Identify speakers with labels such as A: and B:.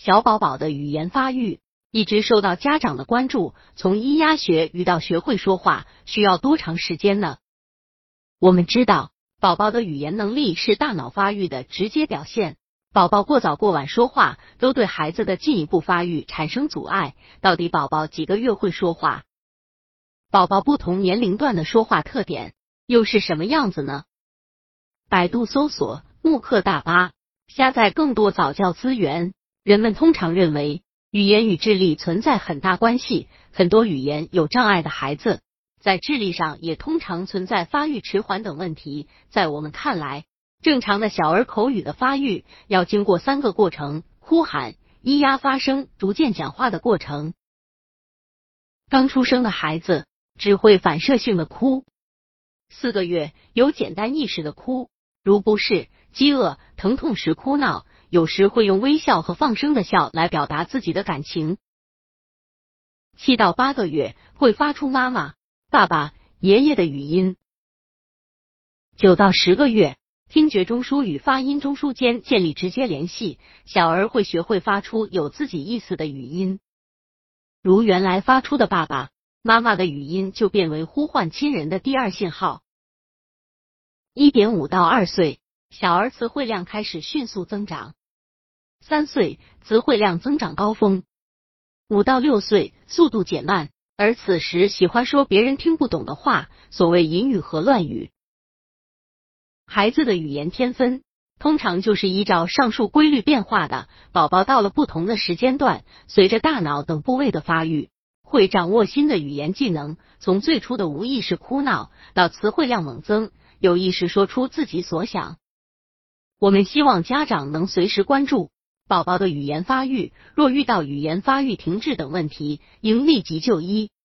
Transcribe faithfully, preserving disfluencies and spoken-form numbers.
A: 小宝宝的语言发育一直受到家长的关注，从咿呀学语到学会说话需要多长时间呢？我们知道，宝宝的语言能力是大脑发育的直接表现。宝宝过早过晚说话，都对孩子的进一步发育产生阻碍。到底宝宝几个月会说话？宝宝不同年龄段的说话特点又是什么样子呢？百度搜索慕课大巴，下载更多早教资源。人们通常认为语言与智力存在很大关系，很多语言有障碍的孩子在智力上也通常存在发育迟缓等问题。在我们看来，正常的小儿口语的发育要经过三个过程：呼喊、咿呀发声、逐渐讲话的过程。刚出生的孩子只会反射性的哭，四个月有简单意识的哭，如不适、饥饿、疼痛时哭闹，有时会用微笑和放声的笑来表达自己的感情。七到八个月会发出妈妈、爸爸、爷爷的语音。九到十个月，听觉中枢与发音中枢间建立直接联系，小儿会学会发出有自己意思的语音。如原来发出的爸爸、妈妈的语音就变为呼唤亲人的第二信号。一点五到二岁，小儿词汇量开始迅速增长。三岁，词汇量增长高峰。五到六岁，速度减慢，而此时喜欢说别人听不懂的话，所谓隐语和乱语。孩子的语言天分通常就是依照上述规律变化的。宝宝到了不同的时间段，随着大脑等部位的发育，会掌握新的语言技能，从最初的无意识哭闹到词汇量猛增，有意识说出自己所想。我们希望家长能随时关注宝宝的语言发育，若遇到语言发育停滞等问题，应立即就医。